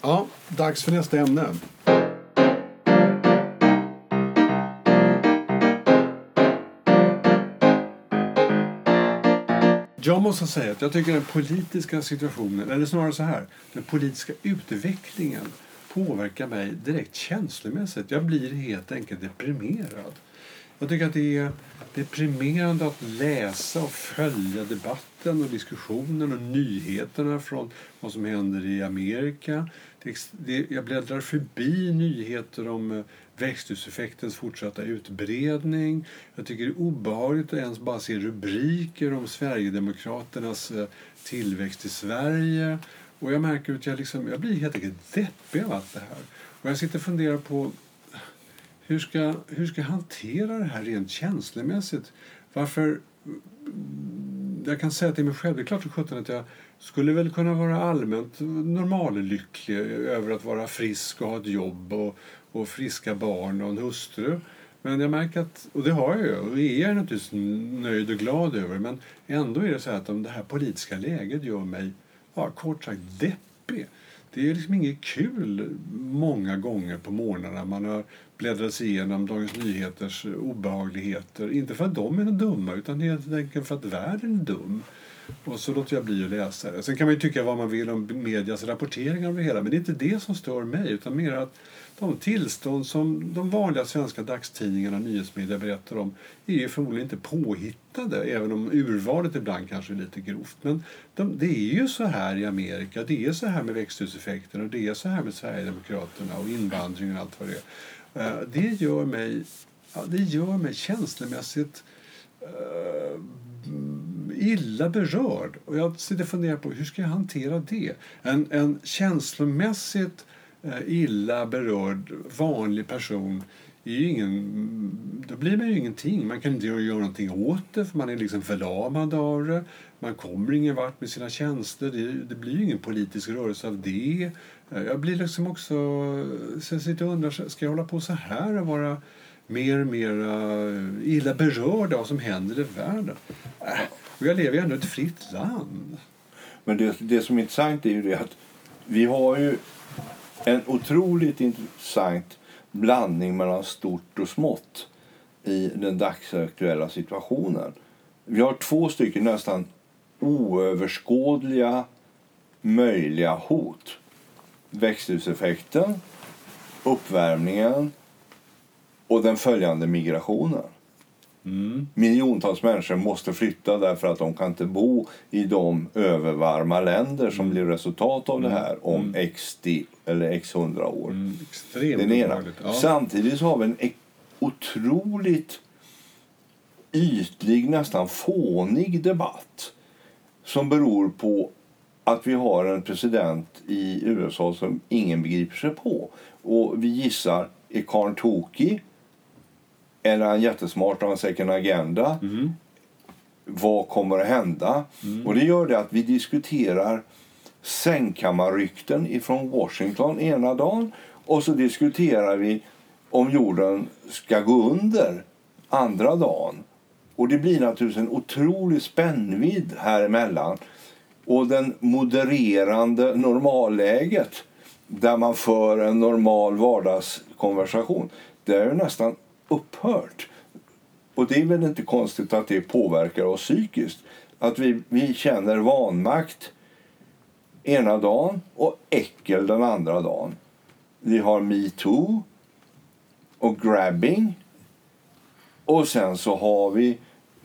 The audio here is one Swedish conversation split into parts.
Ja, dags för nästa ämne. Jag måste säga att jag tycker den politiska situationen, eller snarare så här, den politiska utvecklingen påverkar mig direkt känslomässigt. Jag blir helt enkelt deprimerad. Jag tycker att det är deprimerande att läsa och följa debatten och diskussionen och nyheterna från vad som händer i Amerika. Jag bläddrar förbi nyheter om växthuseffektens fortsatta utbredning. Jag tycker det är obehagligt att ens bara se rubriker om Sverigedemokraternas tillväxt i Sverige. Och jag märker att jag blir helt enkelt deppig av allt det här. Och jag sitter och funderar på hur ska jag hantera det här rent känslomässigt? Varför? Jag kan säga till mig själv, det är klart för 17 att jag skulle väl kunna vara allmänt normallycklig över att vara frisk och ha ett jobb och friska barn och en hustru. Men jag märker att, och det har jag ju, och det är jag naturligtvis nöjd och glad över, men ändå är det så att det här politiska läget gör mig, kort sagt, deppig. Det är liksom inget kul många gånger på morgnarna. Man har bläddrat sig igenom Dagens Nyheters obehagligheter. Inte för att de är dumma, utan helt enkelt för att världen är dum. Och så låter jag bli att läsa det. Sen kan man ju tycka vad man vill om medias rapporteringar om det hela. Men det är inte det som stör mig, utan mer att de tillstånd som de vanliga svenska dagstidningarna och nyhetsmedia berättar om är ju förmodligen inte påhittade, även om urvalet ibland kanske är lite grovt. Men det är ju så här i Amerika, det är så här med växthuseffekten och det är så här med Sverigedemokraterna och invandringen och allt vad det är. Det gör mig känslomässigt illa berörd. Och jag sitter och funderar på hur ska jag hantera det? En känslomässigt illa berörd vanlig person är ju då blir man ju ingenting. Man kan inte göra någonting åt det, för man är liksom förlamad av det. Man kommer ingen vart med sina tjänster. Det blir ju ingen politisk rörelse av det. Jag blir liksom också, så jag sitter och undrar, ska jag hålla på så här och vara mer och mer illa berörd av vad som händer i världen? Och jag lever ju ändå i ett fritt land. Men det som är intressant är ju det att vi har ju en otroligt intressant blandning mellan stort och smått i den dagsaktuella situationen. Vi har 2 stycken nästan oöverskådliga möjliga hot. Växthuseffekten, uppvärmningen och den följande migrationen. Miljontals människor måste flytta därför att de kan inte bo i de övervarma länder som blir resultat av det här om x 100 år. Extremt. Ja. Samtidigt så har vi en otroligt ytlig, nästan fånig debatt som beror på att vi har en president i USA som ingen begriper sig på. Och vi gissar, är karln tokig? Eller är han jättesmart och har en second agenda? Vad kommer att hända? Och det gör det att vi diskuterar sängkammarrykten ifrån Washington ena dagen. Och så diskuterar vi om jorden ska gå under andra dagen. Och det blir naturligtvis en otrolig spännvidd här emellan. Och den modererande normalläget där man för en normal vardagskonversation, det är ju nästan upphört. Och det är väl inte konstigt att det påverkar oss psykiskt. Att vi känner vanmakt ena dagen och äckel den andra dagen. Vi har Me Too och grabbing. Och sen så har vi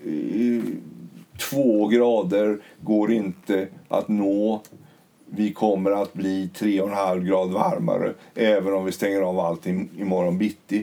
2 grader går inte att nå. Vi kommer att bli 3,5 grader varmare även om vi stänger av allt imorgon bitti.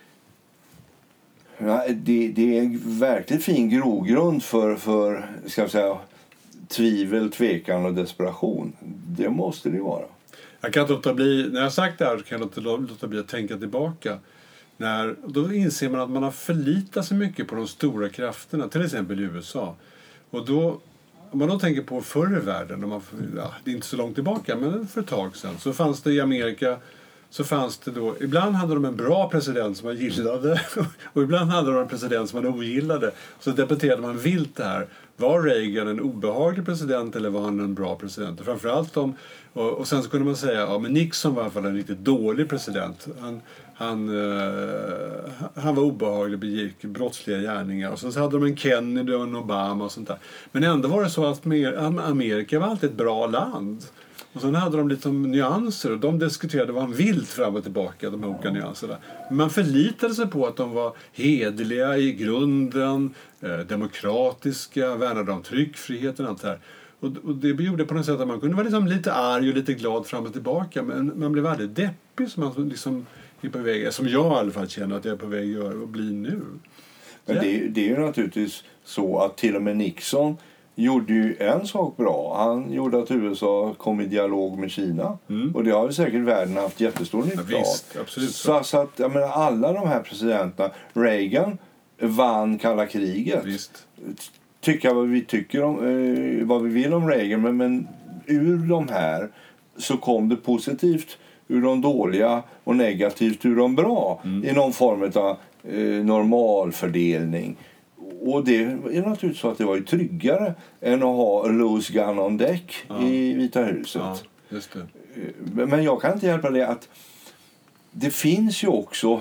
Ja, det är en verkligt fin grogrund för ska jag säga, tvivel, tvekan och desperation. Det måste det vara. Jag kan inte låta bli, när jag sagt det här så kan jag inte låta bli att tänka tillbaka. Då inser man att man har förlitat sig mycket på de stora krafterna, till exempel i USA. Och då, om man då tänker på förr i världen, det är inte så långt tillbaka, men för ett tag sedan, så fanns det i Amerika, så fanns det då, ibland hade de en bra president som man gillade och ibland hade de en president som man ogillade. Så debatterade man vilt det här. var Reagan en obehaglig president eller var han en bra president? Och framförallt och sen så kunde man säga men Nixon var i alla fall en riktigt dålig president. Han var obehaglig, begick brottsliga gärningar. Och sen så hade de en Kennedy och en Obama och sånt där. Men ändå var det så att Amerika var alltid ett bra land. Och sen hade de lite nyanser och de diskuterade vad han vilt fram och tillbaka, de här olika nyanserna. Men man förlitade sig på att de var hederliga i grunden, demokratiska, värnade om tryckfriheten och allt det här. Och det gjorde på något sätt att man kunde vara liksom lite arg och lite glad fram och tillbaka. Men man blev väldigt deppig som man liksom är på väg, som jag i alla fall känner att jag är på väg att bli nu. Men det är ju naturligtvis så att till och med Nixon gjorde ju en sak bra. Han gjorde att USA kom i dialog med Kina. Och det har ju säkert världen haft jättestor nytta av. Visst, absolut så att jag menar, alla de här presidenterna, Reagan vann kalla kriget. Visst. Tycka vad vi tycker om vad vi vill om Reagan, men ur de här så kom det positivt ur de dåliga och negativt ur de bra i någon form av normalfördelning. Och det är naturligtvis så att det var ju tryggare än att ha loose gun on deck i Vita huset. Ja, just det. Men jag kan inte hjälpa det att det finns ju också,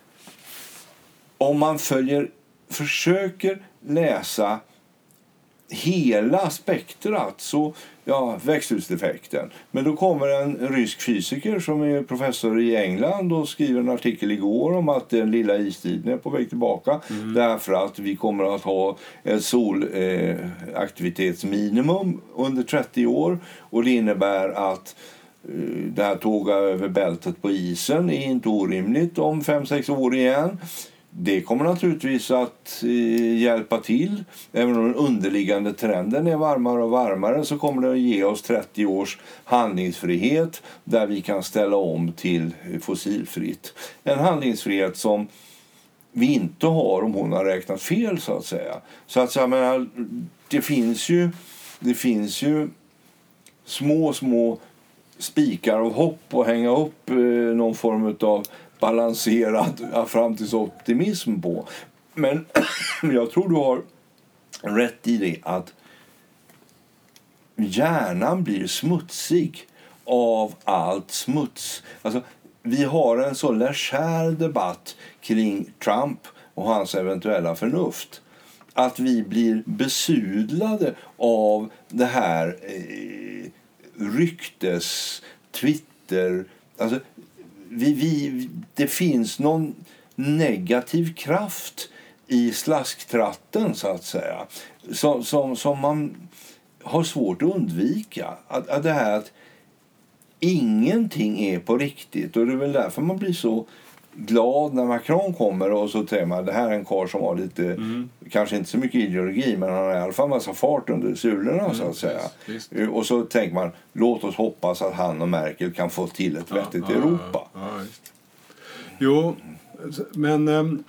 om man försöker läsa hela spektrat, så växthuseffekten. Men då kommer en rysk fysiker som är professor i England och skriver en artikel igår om att den lilla istiden är på väg tillbaka därför att vi kommer att ha ett solaktivitetsminimum under 30 år, och det innebär att det här tåga över bältet på isen är inte orimligt om 5-6 år igen. Det kommer naturligtvis att hjälpa till. Även om den underliggande trenden är varmare och varmare, så kommer det att ge oss 30 års handlingsfrihet där vi kan ställa om till fossilfritt. En handlingsfrihet som vi inte har om hon har räknat fel, så att säga. Så att jag menar, det finns ju små spikar av hopp och hänga upp någon form av balanserad framtidsoptimism på. Men jag tror du har rätt i det att hjärnan blir smutsig av allt smuts. Alltså, vi har en så legär debatt kring Trump och hans eventuella förnuft att vi blir besudlade av det här ryktes, Twitter, alltså det finns någon negativ kraft i slasktratten, så att säga, som man har svårt att undvika. Att det här att ingenting är på riktigt, och det är väl därför man blir så glad när Macron kommer och så tänker man det här är en karl som har lite kanske inte så mycket ideologi, men han har i alla fall massa fart under sulorna, så att säga. Just. Och så tänker man, låt oss hoppas att han och Merkel kan få till ett vettigt Europa. Just. Jo, men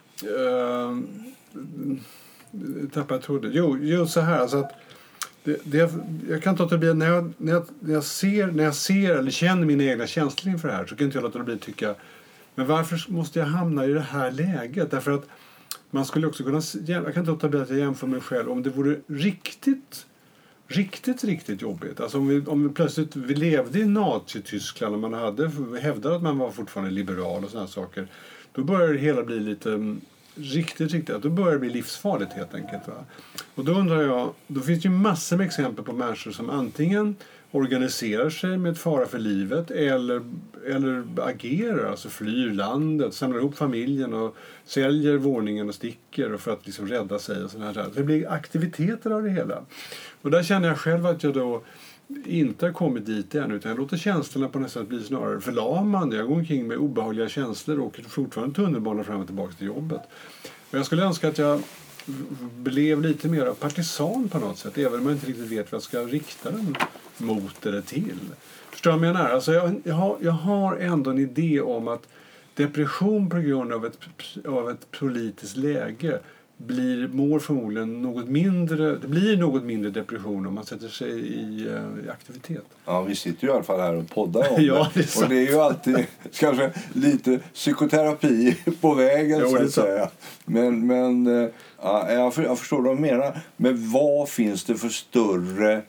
tappade tråden. Jo, så här, alltså att jag kan inte låta bli när jag ser eller känner mina egna känslor inför det här, så kan inte jag låta bli att tycka, men varför måste jag hamna i det här läget? Därför att man skulle också kunna, jag kan inte låta bli att jag jämför mig själv, om det vore riktigt jobbigt. Alltså om vi plötsligt levde i Nazi-Tyskland och man hävdade att man var fortfarande liberal och såna här saker, då börjar det hela bli lite riktigt, då börjar det bli livsfarligt helt enkelt. Va? Och då undrar jag, då finns det ju massor med exempel på människor som antingen organiserar sig med fara för livet eller agerar, alltså flyr landet, samlar ihop familjen och säljer våningen och sticker för att liksom rädda sig och sådär. Det blir aktiviteter av det hela. Och där känner jag själv att jag då inte har kommit dit än, utan jag låter känslorna på något sätt bli snarare förlamande. Jag går omkring med obehagliga känslor och åker fortfarande tunnelbana fram och tillbaka till jobbet. Och jag skulle önska att jag blev lite mer av partisan på något sätt, även om jag inte riktigt vet vad jag ska rikta den mot eller till. Förstår du vad jag menar? Alltså jag har ändå en idé om att depression på grund av ett politiskt läge mår förmodligen det blir något mindre depression om man sätter sig i aktivitet. Ja, vi sitter ju i alla fall här och poddar om ja, det. Och det är ju alltid kanske lite psykoterapi på vägen, så att säga. Men ja, jag förstår vad de menar. Men vad finns det för större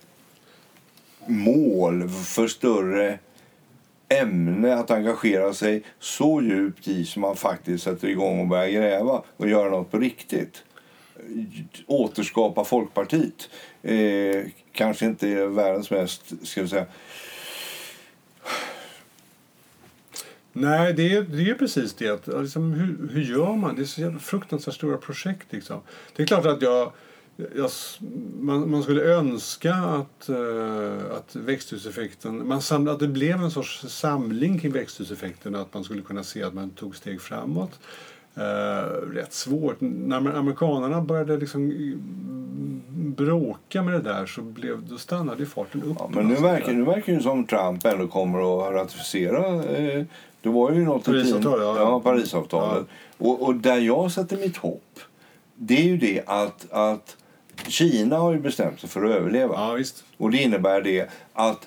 mål, för större ämne att engagera sig så djupt i som man faktiskt sätter igång och börjar gräva och göra något på riktigt? Återskapa Folkpartiet kanske inte är världens mest, ska vi säga. Nej, det är precis det. Att, liksom, hur gör man? Det är så jävla fruktansvärt stora projekt. Liksom. Det är klart att man skulle önska att växthuseffekten... att det blev en sorts samling kring växthuseffekten. Att man skulle kunna se att man tog steg framåt. Rätt svårt. När amerikanerna började liksom bråka med det där då stannade farten upp. Ja, men nu verkar det som Trump ändå kommer att ratificera. Det var ju något Parisavtalet. Ja. Och där jag sätter mitt hopp, det är ju det att Kina har ju bestämt sig för att överleva. Ja, visst. Och det innebär det att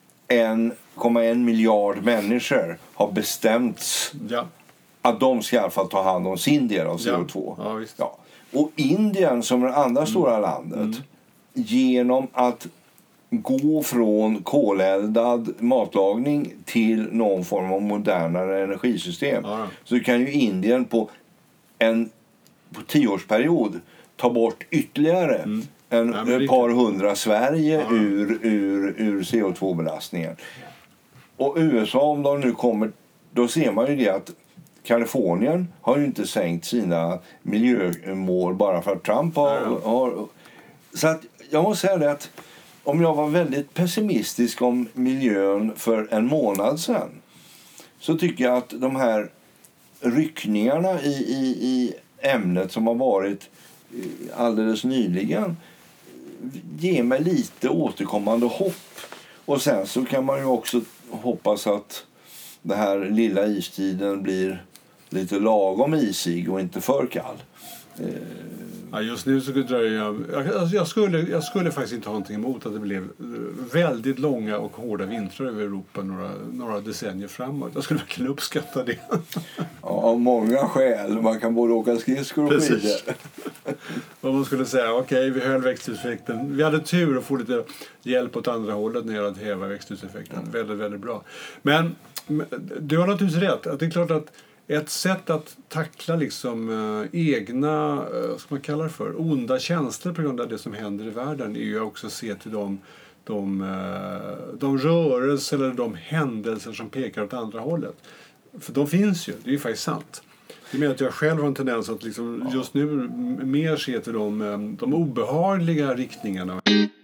1,1 miljard människor har bestämts att de ska i alla fall ta hand om sin del av CO2. Ja, visst. Ja. Och Indien som är det andra stora landet, genom att gå från koleldad matlagning till någon form av modernare energisystem, så kan ju Indien på 10-årsperiod ta bort ytterligare ett par hundra Sverige ur CO2-belastningen. Och USA, om de nu kommer, då ser man ju det att Kalifornien har ju inte sänkt sina miljömål bara för att Trump har... Så att jag måste säga det att om jag var väldigt pessimistisk om miljön för en månad sedan, så tycker jag att de här ryckningarna i ämnet som har varit alldeles nyligen ger mig lite återkommande hopp. Och sen så kan man ju också hoppas att det här lilla istiden blir lite lagom isig och inte för kall. Ja, just nu så jag skulle faktiskt inte ha någonting emot att det blev väldigt långa och hårda vintrar över Europa några decennier framåt. Jag skulle verkligen uppskatta det. Ja, av många skäl. Man kan både åka skridskor och skidor. Vad man skulle säga, okej, vi höll växthuseffekten. Vi hade tur att få lite hjälp åt andra hållet när det gäller att häva växthuseffekten. Väldigt, väldigt bra. Men du har naturligtvis rätt. Att det är klart att ett sätt att tackla liksom egna, vad ska man kalla det för, onda känslor på grund av det som händer i världen är ju också att se till de rörelser eller de händelser som pekar åt andra hållet. För de finns ju, det är ju faktiskt sant. Jag menar att jag själv har en tendens att liksom just nu mer se till de obehagliga riktningarna.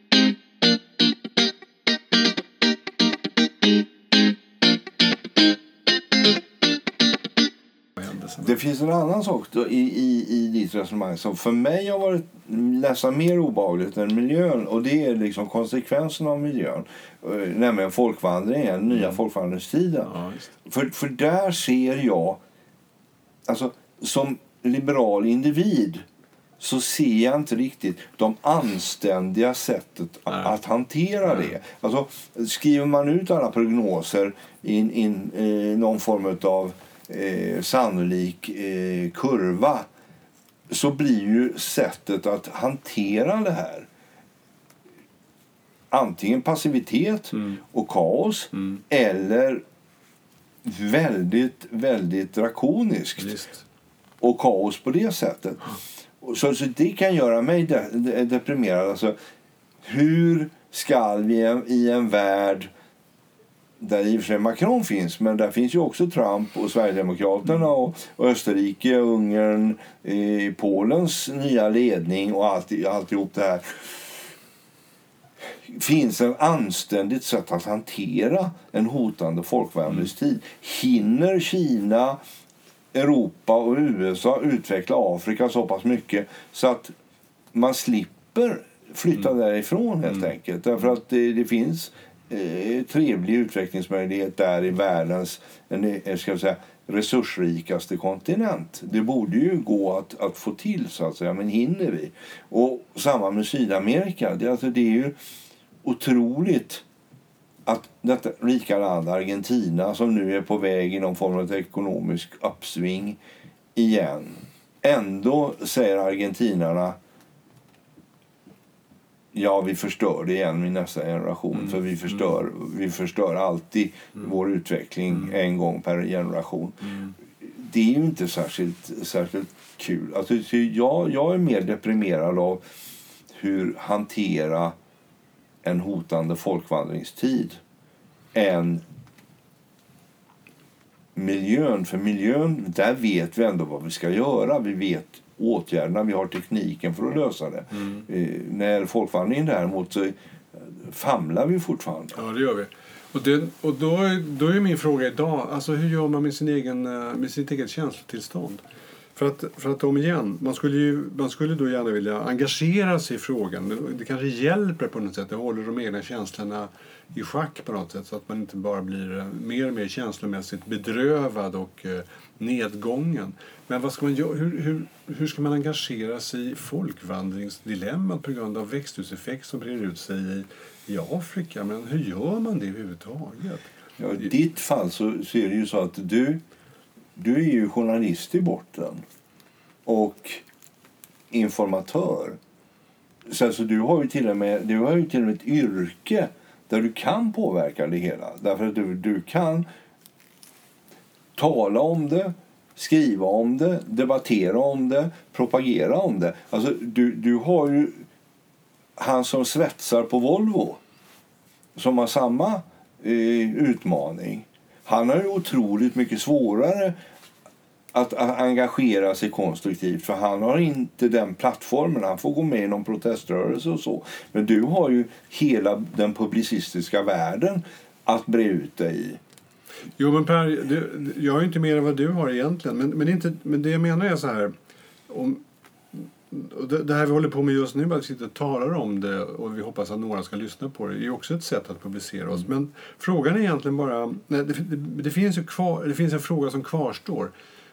Det finns en annan sak då i ditt resonemang som för mig har varit nästan mer obehagligt än miljön, och det är liksom konsekvenserna av miljön, nämligen folkvandringen, nya folkvandringstiden. Ja, för där ser jag, alltså som liberal individ så ser jag inte riktigt de anständiga sättet att hantera det. Alltså, skriver man ut alla prognoser i någon form av sannolik kurva, så blir ju sättet att hantera det här antingen passivitet och kaos eller väldigt, väldigt drakoniskt. Just. Och kaos på det sättet. Så det kan göra mig deprimerad. Alltså, hur ska vi i en värld där i och för sig Macron finns, men där finns ju också Trump och Sverigedemokraterna och Österrike, Ungern, Polens nya ledning och alltihop det här. Finns en anständigt sätt att hantera en hotande folkvandringstid? Hinner Kina, Europa och USA utveckla Afrika så pass mycket så att man slipper flytta därifrån helt enkelt? Därför att det finns trevlig utvecklingsmöjlighet där i världens resursrikaste kontinent. Det borde ju gå att få till, så att säga, men hinner vi? Och samma med Sydamerika. Det är ju otroligt att detta rika land Argentina, som nu är på väg i någon form av ekonomisk uppsving igen, ändå säger argentinarna: ja, vi förstör det igen i nästa generation. För vi förstör alltid vår utveckling en gång per generation. Det är ju inte särskilt kul. Alltså, jag är mer deprimerad av hur hantera en hotande folkvandringstid än miljön. För miljön, där vet vi ändå vad vi ska göra. Vi vet åtgärderna, vi har tekniken för att lösa det. När folkvandringen däremot, så famlar vi fortfarande. Ja, det gör vi. Och då är min fråga idag, alltså hur gör man med sitt eget känslotillstånd? För att om igen, man skulle då gärna vilja engagera sig i frågan. Det kanske hjälper på något sätt. Det håller de egna känslorna i schack på något sätt, så att man inte bara blir mer och mer känslomässigt bedrövad och nedgången. Men vad ska man göra? Hur ska man engagera sig i folkvandringsdilemmat på grund av växthuseffekt som breder ut sig i Afrika? Men hur gör man det överhuvudtaget? Ja, i ditt fall så är det ju så att du är ju journalist i botten och informatör. Så alltså, du har ju till och med ett yrke där du kan påverka det hela. Därför att du kan tala om det, skriva om det, debattera om det, propagera om det. Alltså, du har ju han som svetsar på Volvo som har samma utmaning. Han har ju otroligt mycket svårare att engagera sig konstruktivt, för han har inte den plattformen. Han får gå med i någon proteströrelse och så. Men du har ju hela den publicistiska världen att bre ut dig i. Jo, men Per, jag har ju inte mer än vad du har egentligen. Men det jag menar är så här. Det här vi håller på med just nu, att vi sitter och talar om det och vi hoppas att några ska lyssna på det, är också ett sätt att publicera oss. Men frågan är egentligen bara, det finns en fråga som kvarstår.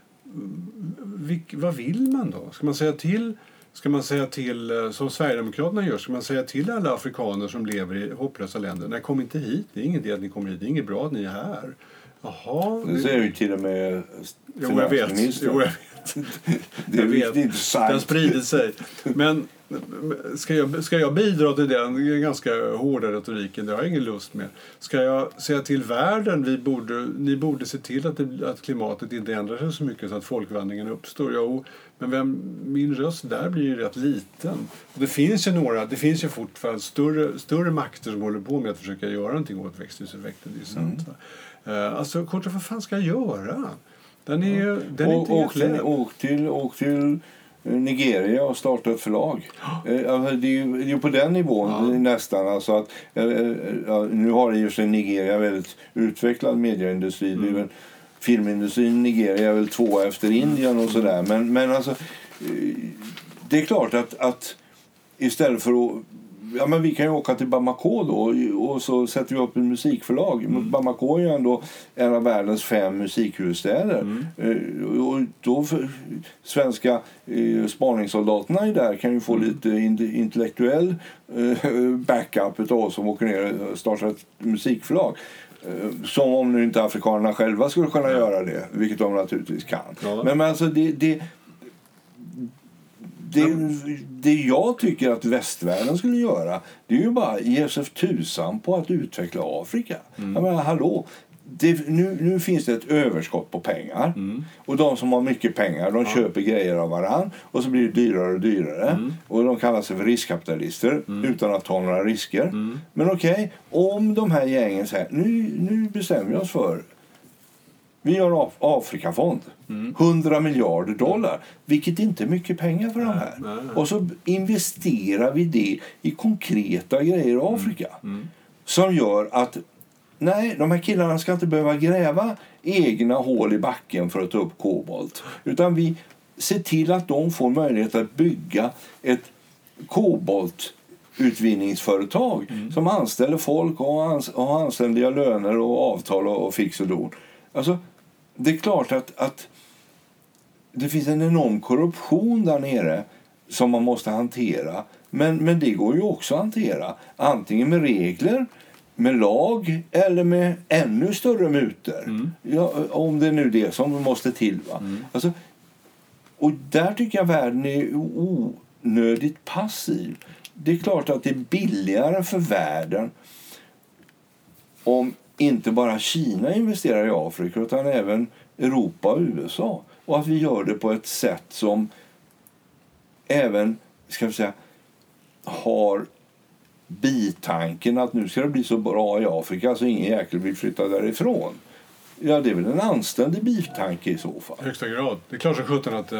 Vad vill man då? Ska man säga till som Sverigedemokraterna gör, ska man säga till alla afrikaner som lever i hopplösa länder: nej, kom inte hit, det är ingen idé att ni kommer hit, det är inget bra att ni är här. Jaha. Det säger ju till och med finansministern. Jo, jag vet. Det är riktigt intressant. Den sprider sig. Men ska jag bidra till den ganska hårda retoriken? Det har jag ingen lust med. Ska jag säga till världen, ni borde se till att klimatet inte ändrar sig så mycket så att folkvandringen uppstår? Jo, men min röst där blir ju rätt liten. Det finns ju fortfarande större makter som håller på med att försöka göra någonting åt växthuseffekten. Det är sant. Alltså, kort och vad fan ska jag göra? Den är inte åk till Nigeria och starta ett förlag. Alltså, det är ju på den nivån nästan. Alltså att, nu har ju sig Nigeria väldigt utvecklad medieindustri. Filmindustrin i Nigeria är väl 2 efter Indien och sådär. Men alltså, det är klart att istället för att... Ja, men vi kan ju åka till Bamako då och så sätter vi upp en musikförlag. Bamako är ju ändå en av världens 5 musikhuvudstäder. Och då svenska spaningssoldaterna är där kan ju få lite intellektuell backup av oss som åker ner och startar ett musikförlag. Som om nu inte afrikanerna själva skulle kunna göra det, vilket de naturligtvis kan. Ja. Men alltså det jag tycker att västvärlden skulle göra, det är ju bara ge sig tusan på att utveckla Afrika. Jag menar, hallå, nu finns det ett överskott på pengar. Och de som har mycket pengar, de köper grejer av varann och så blir det dyrare och dyrare. Och de kallar sig för riskkapitalister utan att ta några risker. Men okej, om de här gängen säger, nu bestämmer vi oss för, vi gör Afrikafond. 100 miljarder dollar. Vilket inte är mycket pengar för de här. Nej. Och så investerar vi det i konkreta grejer i Afrika. Som gör att de här killarna ska inte behöva gräva egna hål i backen för att ta upp kobolt. Utan vi ser till att de får möjlighet att bygga ett kobolt utvinningsföretag som anställer folk och har anständiga löner och avtal och fix och don. Alltså, det är klart att det finns en enorm korruption där nere som man måste hantera. Men det går ju också att hantera. Antingen med regler, med lag eller med ännu större mutor. Ja, om det är nu det som måste till. Va? Alltså, och där tycker jag världen är onödigt passiv. Det är klart att det är billigare för världen om inte bara Kina investerar i Afrika utan även Europa och USA. Och att vi gör det på ett sätt som även, ska vi säga, har bitanken att nu ska det bli så bra i Afrika så ingen jäkel vill flytta därifrån. Ja, det är väl en anständig bitanke i så fall. I högsta grad. Det är klart som sjutton att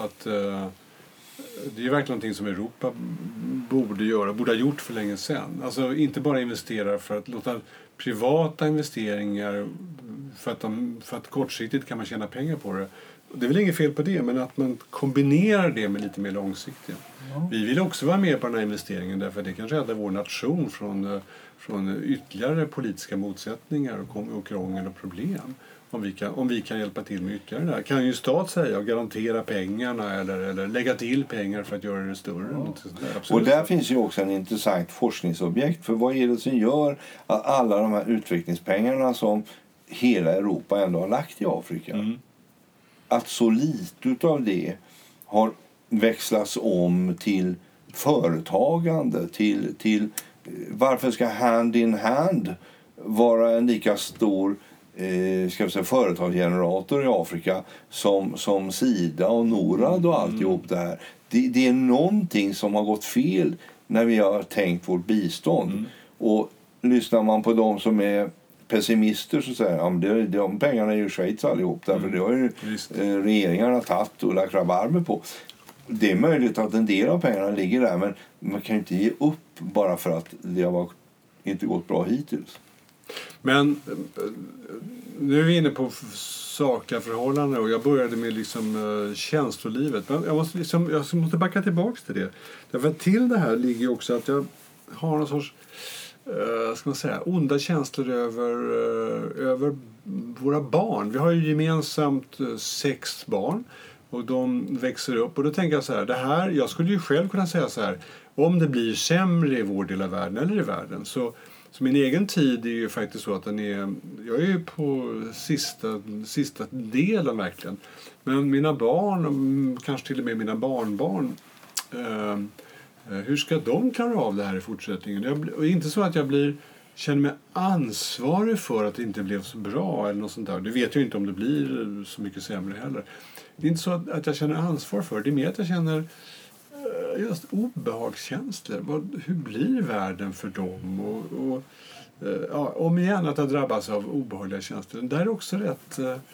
det är verkligen någonting som Europa borde ha gjort för länge sedan. Alltså inte bara investera för att låta privata investeringar för att kortsiktigt kan man tjäna pengar på det. Det är väl inget fel på det, men att man kombinerar det med lite mer långsiktiga. Ja. Vi vill också vara med på den här investeringen därför att det kan rädda vår nation från ytterligare politiska motsättningar och krångel och problem. Om vi kan hjälpa till med ytterligare det här. Kan ju stat säga och garantera pengarna eller lägga till pengar för att göra det större. Ja. Och där finns ju också en intressant forskningsobjekt. För vad är det som gör att alla de här utvecklingspengarna som hela Europa ändå har lagt i Afrika, att så lite av det har växlats om till företagande, till varför ska hand in hand vara en lika stor ska vi säga, företagsgenerator i Afrika som Sida och Norad och alltihop det här. Det är någonting som har gått fel när vi har tänkt vårt bistånd. Och lyssnar man på de som är pessimister så säger de pengarna är ju Schweiz allihop därför det har ju regeringarna tagit och lagt rabarber på. Det är möjligt att en del av pengarna ligger där men man kan ju inte ge upp bara för att det har inte gått bra hittills. Men nu är vi inne på sakliga förhållanden och jag började med känslolivet. Men jag måste backa tillbaka till det. Därför att till det här ligger också att jag har någon sorts ska man säga, onda känslor över våra barn. Vi har ju gemensamt 6 barn och de växer upp. Och då tänker jag så här, jag skulle ju själv kunna säga så här, om det blir sämre i vår del av världen eller i världen så min egen tid är ju faktiskt så att jag är ju på sista delen verkligen. Men mina barn och kanske till och med mina barnbarn, hur ska de klara av det här i fortsättningen? Och inte så att jag känner mig ansvarig för att det inte blev så bra eller något sånt där. Det vet jag inte om det blir så mycket sämre heller. Det är inte så att jag känner ansvar för det. Det är mer att jag känner just obehagskänslor. Hur blir världen för dem? Om igen att jag drabbas av obehagliga känslor. Det är också rätt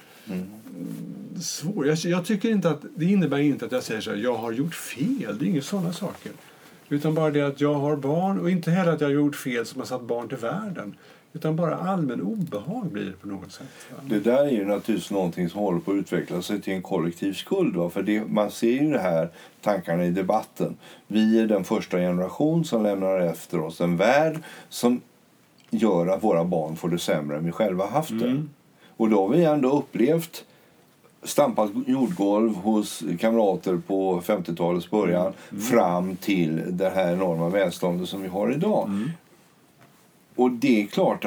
svårt. Jag tycker inte att det innebär inte att jag säger så här, jag har gjort fel. Det är inga sådana saker. Utan bara det att jag har barn och inte heller att jag har gjort fel som har satt barn till världen. Utan bara allmän obehag blir det på något sätt. Det där är ju naturligtvis någonting som håller på att utveckla sig till en kollektiv skuld. Va? För man ser ju det här tankarna i debatten. Vi är den första generation som lämnar efter oss en värld som gör att våra barn får det sämre än vi själva haft det. Och då har vi ändå upplevt stampat jordgolv hos kamrater på 50-talets början fram till det här enorma välståndet som vi har idag. Och det är klart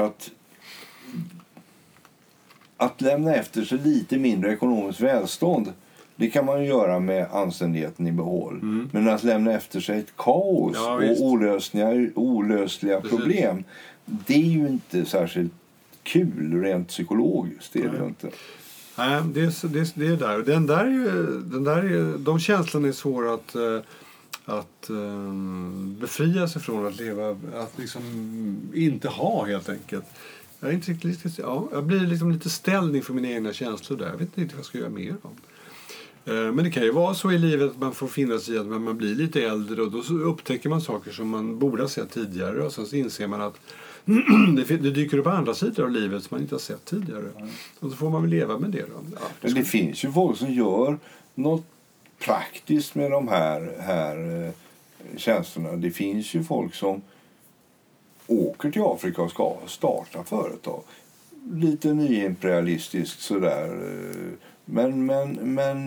att lämna efter sig lite mindre ekonomiskt välstånd, det kan man ju göra med anständigheten i behåll. Men att lämna efter sig ett kaos och olösliga problem, det är ju inte särskilt kul rent psykologiskt. Det är det inte. Nej, det är där. De känslorna är svåra att befria sig från att leva, att inte ha helt enkelt. Jag är inte riktigt, jag blir lite ställd inför mina egna känslor där. Jag vet inte vad jag ska göra mer om. Men det kan ju vara så i livet att man får finna sig i att man blir lite äldre och då upptäcker man saker som man borde ha sett tidigare och sen så inser man att det dyker upp andra sidor av livet som man inte har sett tidigare. Och så får man väl leva med det då. Men det finns ju folk som gör något praktiskt med de här tjänsterna. Det finns ju folk som åker till Afrika och ska starta företag. Lite nyimperialistiskt sådär. Men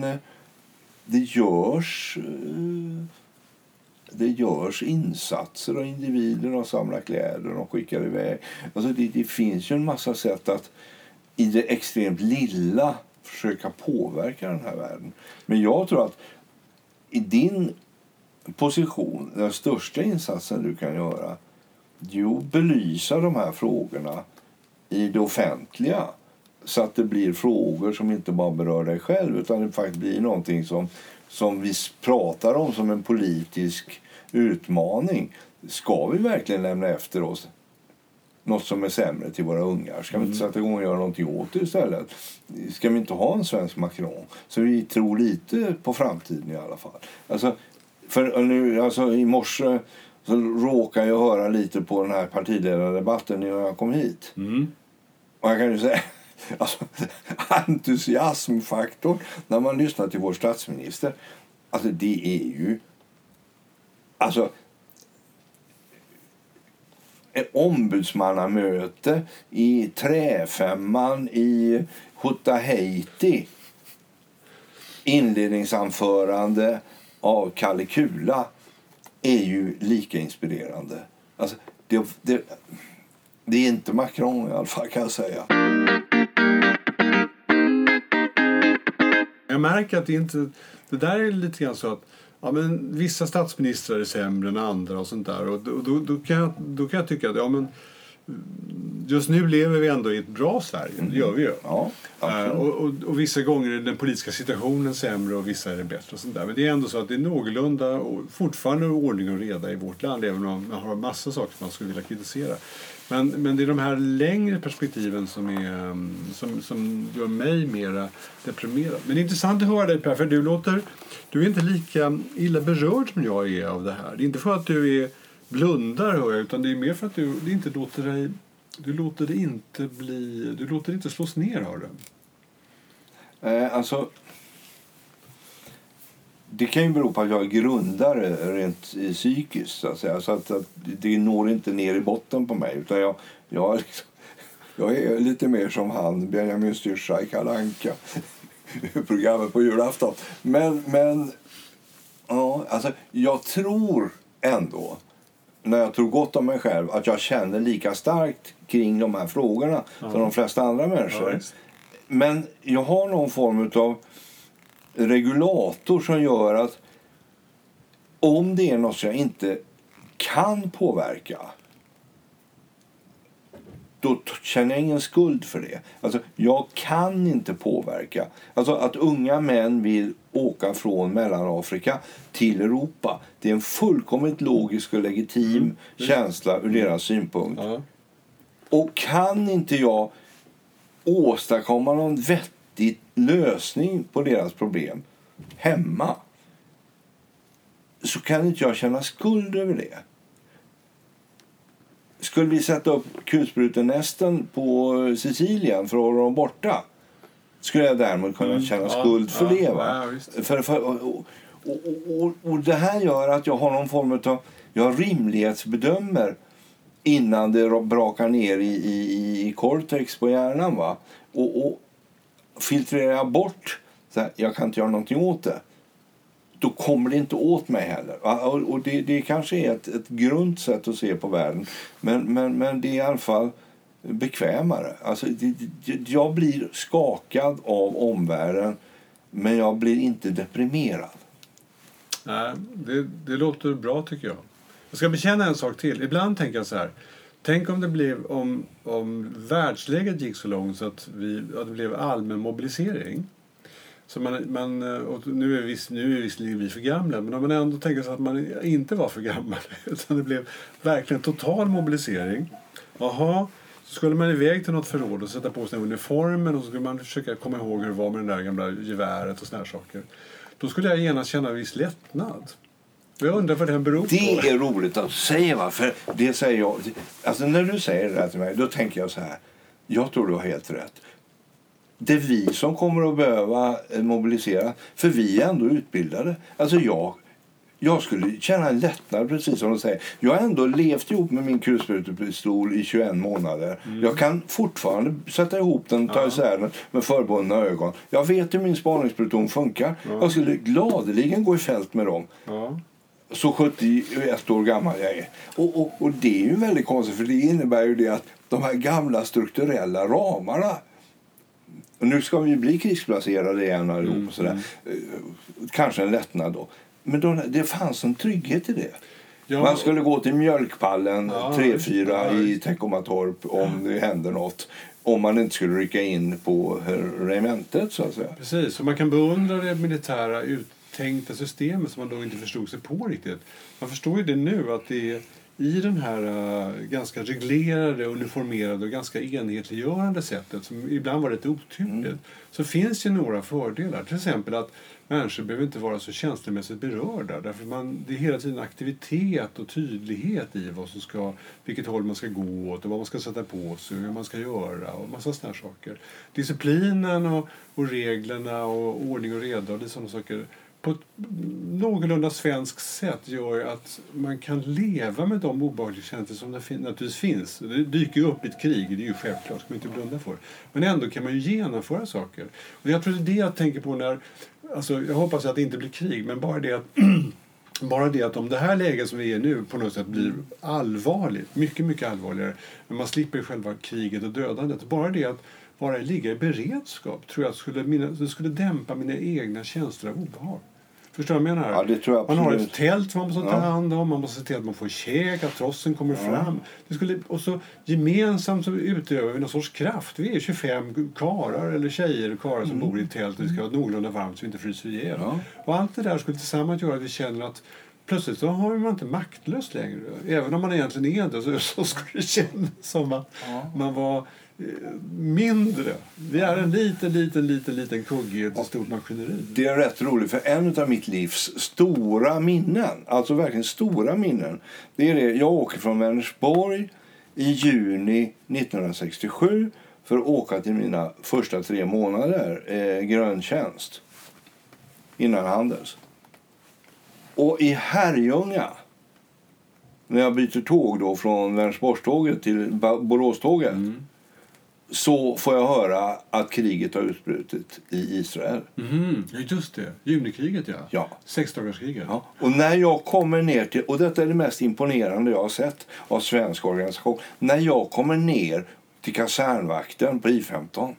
det görs insatser och individer och samlar kläder och skickar iväg. Alltså det finns ju en massa sätt att i det extremt lilla försöka påverka den här världen. Men jag tror att i din position, den största insatsen du kan göra, är att belysa de här frågorna i det offentliga. Så att det blir frågor som inte bara berör dig själv, utan det faktiskt blir någonting som vi pratar om som en politisk utmaning. Ska vi verkligen lämna efter oss något som är sämre till våra ungar? Ska vi inte sätta igång och göra någonting åt det istället? Ska vi inte ha en svensk Macron? Så vi tror lite på framtiden i alla fall. Alltså, i morse så råkade jag höra lite på den här partiledardebatten när jag kom hit. Och jag kan ju säga, alltså, entusiasmfaktorn när man lyssnar till vår statsminister, alltså det är ju alltså ett ombudsmannamöte i Träfemman i Hutaheiti, inledningsanförande av Kalle Kula, är ju lika inspirerande. Alltså det är inte Macron i alla fall, kan jag säga. Jag märker att det där är lite grann så att vissa statsministrar är sämre än andra och sånt där. Och då kan jag tycka att just nu lever vi ändå i ett bra Sverige. Det gör vi ju. Ja, och vissa gånger är den politiska situationen sämre och vissa är det bättre och sånt där. Men det är ändå så att det är någorlunda och fortfarande ordning och reda i vårt land, även om man har massa saker man skulle vilja kritisera. Men det är de här längre perspektiven som gör mig mer deprimerad. Men det är intressant att höra dig, Per, för du är inte lika illa berörd som jag är av det här. Det är inte för att du blundar, hör jag, utan det är mer för att du låter det inte slås ner, hör du. Alltså, det kan ju bero på att jag är grundare rent psykiskt, så att säga. Så att det når inte ner i botten på mig, utan jag är lite mer som han, Benjamin Styrsa i Kalle Anka, programmet på julafton. Men ja, alltså, jag tror ändå, när jag tror gott om mig själv, att jag känner lika starkt kring de här frågorna som de flesta andra människor. Men jag har någon form av regulator som gör att om det är något som jag inte kan påverka, då känner jag ingen skuld för det. Alltså, jag kan inte påverka. Alltså, att unga män vill åka från Mellanafrika till Europa, det är en fullkomligt logisk och legitim känsla ur deras synpunkt. Och kan inte jag åstadkomma någon vettig lösning på deras problem hemma, så kan inte jag känna skuld över det. Skulle vi sätta upp kulsprutenästen på Sicilien för att hålla dem borta, skulle jag därmed kunna känna skuld för det. Va? Och det här gör att jag har någon form av, jag rimlighetsbedömer innan det brakar ner i cortex på hjärnan. Va? Och filtrerar jag bort, så här, jag kan inte göra någonting åt det, då kommer det inte åt mig heller. Och det kanske är ett grunt sätt att se på världen. Men det är i alla fall bekvämare. Alltså, jag blir skakad av omvärlden, men jag blir inte deprimerad. Nej, det låter bra, tycker jag. Jag ska bekänna en sak till. Ibland tänker jag så här. Tänk om det blev om världsläget gick så långt så att det blev allmän mobilisering. Så och nu är visserligen vi för gamla, men om man ändå tänker sig att man inte var för gammal, utan det blev verkligen total mobilisering. Så skulle man iväg till något förråd och sätta på sig uniformen, och så skulle man försöka komma ihåg hur det var med den där gamla geväret och såna här saker. Då skulle jag gärna känna en viss lättnad. Jag undrar vad det här beror på. Det är roligt att säga, va? För det säger jag. Alltså, när du säger det här till mig, då tänker jag så här. Jag tror du har helt rätt. Det är vi som kommer att behöva mobilisera, för vi är ändå utbildade. Alltså jag skulle känna en lättnad, precis som de säger. Jag har ändå levt ihop med min kulsprutepistol i 21 månader. Jag kan fortfarande sätta ihop den och ta isär den med förbundna ögon. Jag vet hur min spaningspluton funkar. Jag skulle gladeligen gå i fält med dem. Så 71 år gammal jag är. Och det är ju väldigt konstigt, för det innebär ju det att de här gamla strukturella ramarna, och nu ska vi ju bli krigsplacerade igen allihop och sådär. Kanske en lättnad då. Men det fanns en trygghet i det. Ja. Man skulle gå till mjölkpallen 3-4 i Teckomatorp om det händer något. Om man inte skulle rycka in på regementet, så att säga. Precis, så man kan beundra det militära uttänkta systemet som man då inte förstod sig på riktigt. Man förstår ju det nu, att det är i den här ganska reglerade, uniformerade och ganska enhetliggörande sättet, som ibland var lite otydligt, så finns ju några fördelar. Till exempel att människor behöver inte vara så känslomässigt berörda, därför det är hela tiden aktivitet och tydlighet i vilket håll man ska gå åt och vad man ska sätta på sig och hur man ska göra och massa sådana saker. Disciplinen och reglerna och ordning och reda och det sådana saker på ett någorlunda svenskt sätt gör att man kan leva med de obehagliga känslor som naturligtvis finns. Det dyker ju upp i ett krig, det är ju självklart, ska man inte blunda för. Men ändå kan man ju genomföra saker. Och jag tror det är det jag tänker på när, alltså jag hoppas att det inte blir krig, men bara det att om det här läget som vi är nu på något sätt blir allvarligt, mycket, mycket allvarligare, men man slipper själva kriget och dödandet, bara det att ligga i beredskap tror jag skulle dämpa mina egna känslor av obehag. Förstår du vad jag menar? Ja, det tror jag. Man har ett tält man måste ta hand om, man måste se till att man får käk, att trossen kommer fram. Och så gemensamt så utövar vi någon sorts kraft. Vi är 25 karar eller tjejer och karar som bor i ett tält och det ska vara någorlunda varmt så vi inte fryser ihjäl. Och allt det där skulle tillsammans göra att vi känner att plötsligt så har man inte maktlös längre. Även om man egentligen är det så skulle det kännas som att man var mindre. Vi är en liten kugge i ett stort maskineri. Det är rätt roligt, för en av mitt livs stora minnen, alltså verkligen stora minnen, det är det. Jag åker från Vänersborg i juni 1967 för att åka till mina första 3 månader gröntjänst innan Handels. Och i Herrljunga, när jag byter tåg då från Vänersborgståget till Boråståget, så får jag höra att kriget har utbrutit i Israel. Just det, junikriget ja. 6-dagarskriget. Ja. Och när jag kommer ner till, och detta är det mest imponerande jag har sett av svensk organisation, när jag kommer ner till kasernvakten på I-15,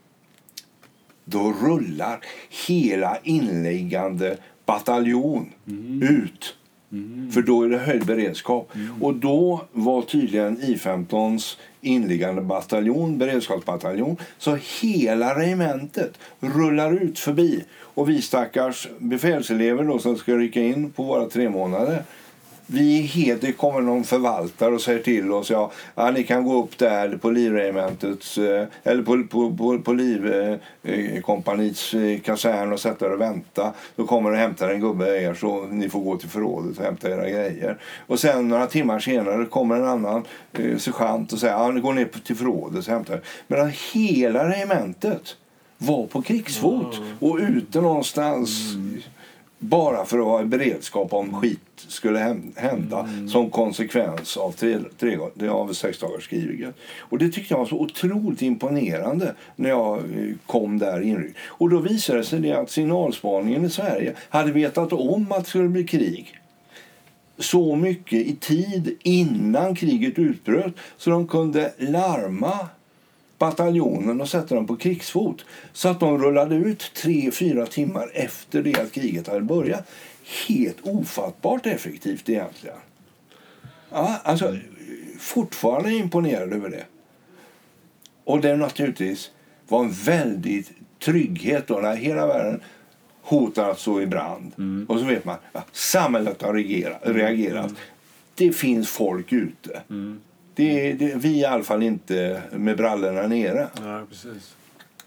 då rullar hela inläggande bataljon ut. För då är det höjd beredskap. Och då var tydligen I-15s inliggande bataljon, beredskapsbataljon, så hela regementet rullar ut förbi. Och vi stackars befälselever då som ska rycka in på våra 3 månader, det kommer någon förvaltare och säger till oss, ni kan gå upp där på livregementets eller på livkompanits kasern och sätta er och vänta. Då kommer och hämtar en gubbe er så ni får gå till förrådet och hämta era grejer. Och sen några timmar senare kommer en annan sergeant och säger ni går ner till förrådet och hämtar. Men hela regementet var på krigsfot och ute någonstans bara för att ha en beredskap om skit skulle hända som konsekvens av 6-dagarskriget. Och det tyckte jag var så otroligt imponerande när jag kom där inryckt. Och då visade det sig det att signalspaningen i Sverige hade vetat om att det skulle bli krig så mycket i tid innan kriget utbröt så de kunde larma bataljonen och sätta dem på krigsfot så att de rullade ut 3-4 timmar efter det att kriget hade börjat. Helt ofattbart effektivt egentligen. Ja, alltså fortfarande imponerad över det. Och det naturligtvis var en väldigt trygghet då när hela världen hotar att stå i brand. Och så vet man samhället har reagerat. Det finns folk ute. Vi är i alla fall inte med brallorna nere. Ja, precis.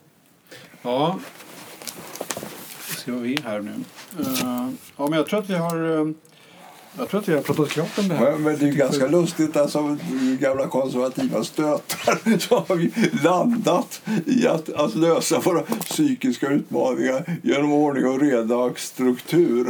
Ja, ska vi här nu. Men jag tror att vi har pratat klart om det här. Men det är ganska lustigt att som gamla konservativa stötar så har vi landat i att lösa våra psykiska utmaningar genom ordning och reda och struktur.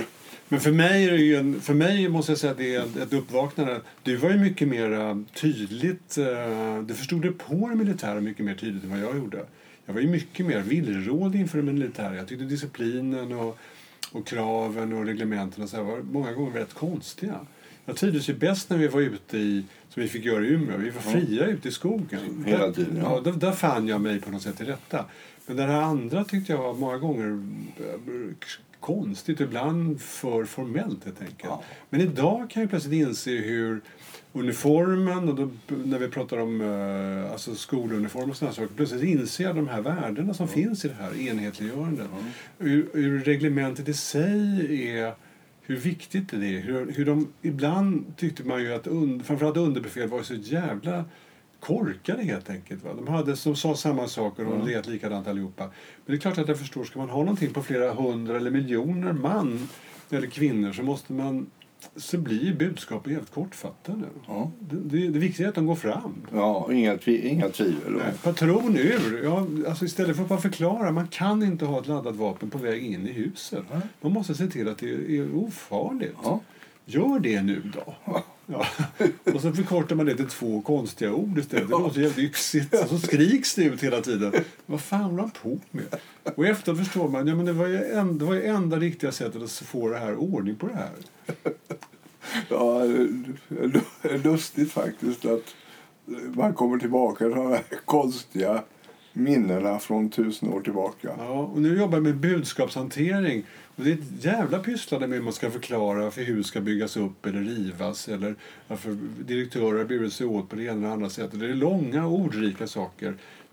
Men för mig, är det ju för mig måste jag säga att det är ett uppvaknande. Du var ju mycket mer tydligt, du förstod det på det militära mycket mer tydligt än vad jag gjorde. Jag var ju mycket mer villrådig inför det militära. Jag tyckte disciplinen och kraven och reglementen och så här var många gånger rätt konstiga. Jag trivdes ju bäst när vi var ute som vi fick göra i Umeå. Vi var fria ute i skogen. Hela tiden, ja. Där fann jag mig på något sätt till rätta. Men det här andra tyckte jag var många gånger konstigt, ibland för formellt helt enkelt. Ja. Men idag kan jag plötsligt inse hur uniformen, och då, när vi pratar om alltså skoluniform och sådana saker, plötsligt inser jag de här värdena som finns i det här enhetliggörandet. Hur reglementet i sig är, hur viktigt det är. Hur de, ibland tyckte man ju att framförallt underbefäl var så jävla korkade helt enkelt. Va? De sa samma saker och lät likadant allihopa. Men det är klart att jag förstår, ska man ha någonting på flera 100 eller miljoner man eller kvinnor så blir budskapet helt kortfattade. Ja. Det viktiga är att de går fram. Ja, inga tvivel. Nej, patron ur. Ja, alltså istället för att bara förklara, man kan inte ha ett laddat vapen på väg in i huset. Ja. Man måste se till att det är ofarligt. Ja. Gör det nu då. Ja. Och så förkortar man det till 2 konstiga ord istället. Det låter jävligt yxigt. Och så skriks det ut hela tiden. Vad fan håller han på med? Och efter förstår man, ja men det var ju enda riktiga sättet att få det här ordning på det här. Ja, det är lustigt faktiskt att man kommer tillbaka till de här konstiga minnena från 1000 år tillbaka. Ja, och nu jobbar jag med budskapshantering. Och det är ett jävla pysslande med hur man ska förklara varför hus ska byggas upp eller rivas. Eller varför direktörer blir sig åt på det ena eller andra sättet. Det är långa ordrika saker.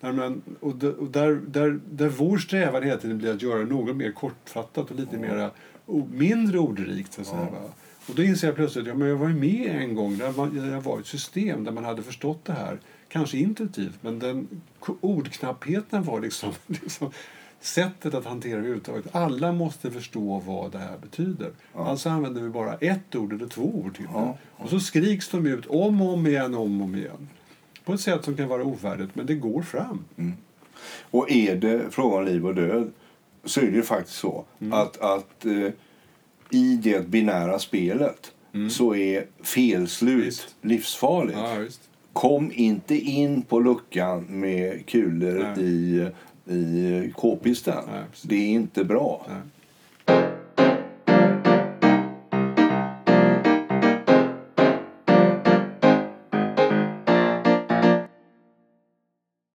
Där vår strävan hela tiden blir att göra något mer kortfattat och lite mindre ordrikt. Så att säga, va? Och då inser jag plötsligt att jag var med en gång där jag var i ett system där man hade förstått det här. Kanske intuitivt, men den ordknappheten var liksom sättet att hantera det överhuvudtaget. Alla måste förstå vad det här betyder. Ja. Alltså använder vi bara 1 ord eller 2 ord till det. Ja. Och så skriks de ut om och om igen. På ett sätt som kan vara ovärdigt, men det går fram. Mm. Och är det frågan om liv och död så är det faktiskt så att i det binära spelet så är felslut livsfarligt. Ja, visst. Kom inte in på luckan med kulor i k-pisten. Det är inte bra. Nej.